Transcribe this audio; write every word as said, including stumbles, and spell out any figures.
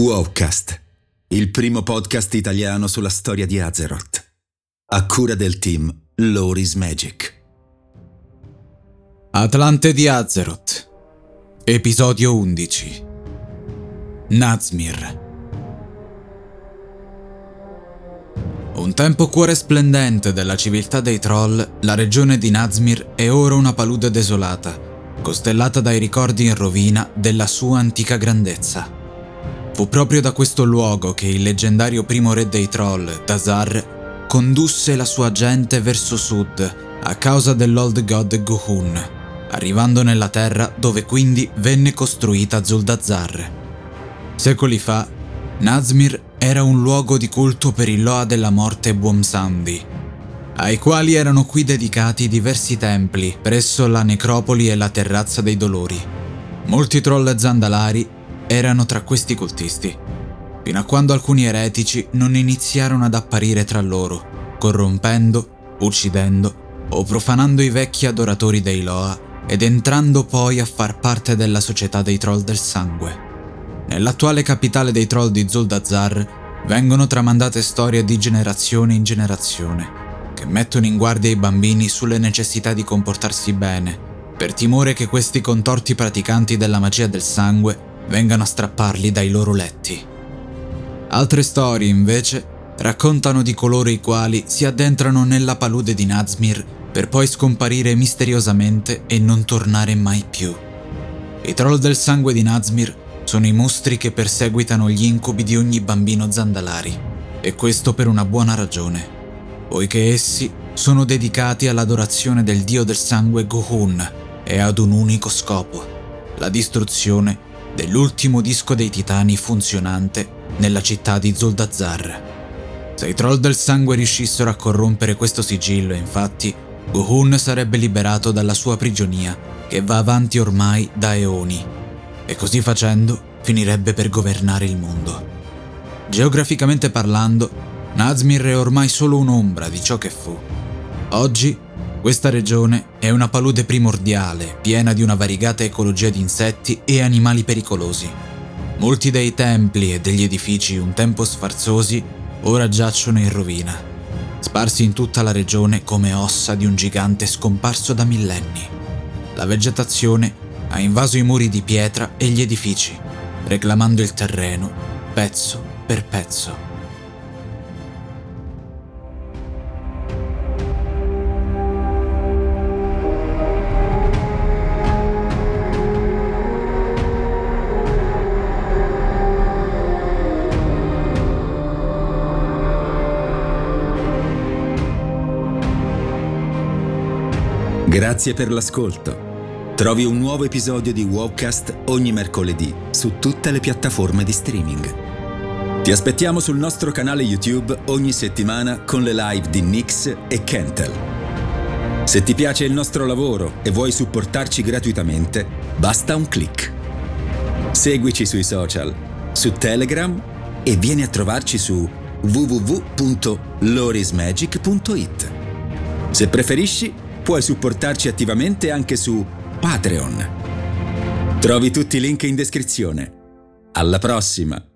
Wowcast, il primo podcast italiano sulla storia di Azeroth, a cura del team Lori's Magic. Atlante di Azeroth, episodio undici. Nazmir. Un tempo cuore splendente della civiltà dei troll, la regione di Nazmir è ora una palude desolata, costellata dai ricordi in rovina della sua antica grandezza. Fu proprio da questo luogo che il leggendario primo re dei troll, Dazar, condusse la sua gente verso sud a causa dell'Old God G'huun, arrivando nella terra dove quindi venne costruita Zuldazar. Secoli fa, Nazmir era un luogo di culto per il Loa della Morte Bwomsandi, ai quali erano qui dedicati diversi templi presso la necropoli e la terrazza dei dolori. Molti troll zandalari erano tra questi cultisti, fino a quando alcuni eretici non iniziarono ad apparire tra loro, corrompendo, uccidendo o profanando i vecchi adoratori dei Loa ed entrando poi a far parte della società dei troll del sangue. Nell'attuale capitale dei troll di Zuldazar vengono tramandate storie di generazione in generazione, che mettono in guardia i bambini sulle necessità di comportarsi bene, per timore che questi contorti praticanti della magia del sangue vengano a strapparli dai loro letti. Altre storie, invece, raccontano di coloro i quali si addentrano nella palude di Nazmir per poi scomparire misteriosamente e non tornare mai più. I troll del sangue di Nazmir sono i mostri che perseguitano gli incubi di ogni bambino zandalari, e questo per una buona ragione, poiché essi sono dedicati all'adorazione del dio del sangue G'huun e ad un unico scopo: la distruzione dell'ultimo disco dei titani funzionante nella città di Zuldazar. Se i troll del sangue riuscissero a corrompere questo sigillo, infatti, G'huun sarebbe liberato dalla sua prigionia, che va avanti ormai da eoni, e così facendo finirebbe per governare il mondo. Geograficamente parlando, Nazmir è ormai solo un'ombra di ciò che fu. Oggi questa regione è una palude primordiale, piena di una variegata ecologia di insetti e animali pericolosi. Molti dei templi e degli edifici un tempo sfarzosi ora giacciono in rovina, sparsi in tutta la regione come ossa di un gigante scomparso da millenni. La vegetazione ha invaso i muri di pietra e gli edifici, reclamando il terreno pezzo per pezzo. Grazie per l'ascolto. Trovi un nuovo episodio di Wowcast ogni mercoledì su tutte le piattaforme di streaming. Ti aspettiamo sul nostro canale YouTube ogni settimana con le live di Nyx e Kentel. Se ti piace il nostro lavoro e vuoi supportarci gratuitamente, basta un click. Seguici sui social, su Telegram e vieni a trovarci su w w w punto lorismagic punto i t. Se preferisci, puoi supportarci attivamente anche su Patreon. Trovi tutti i link in descrizione. Alla prossima!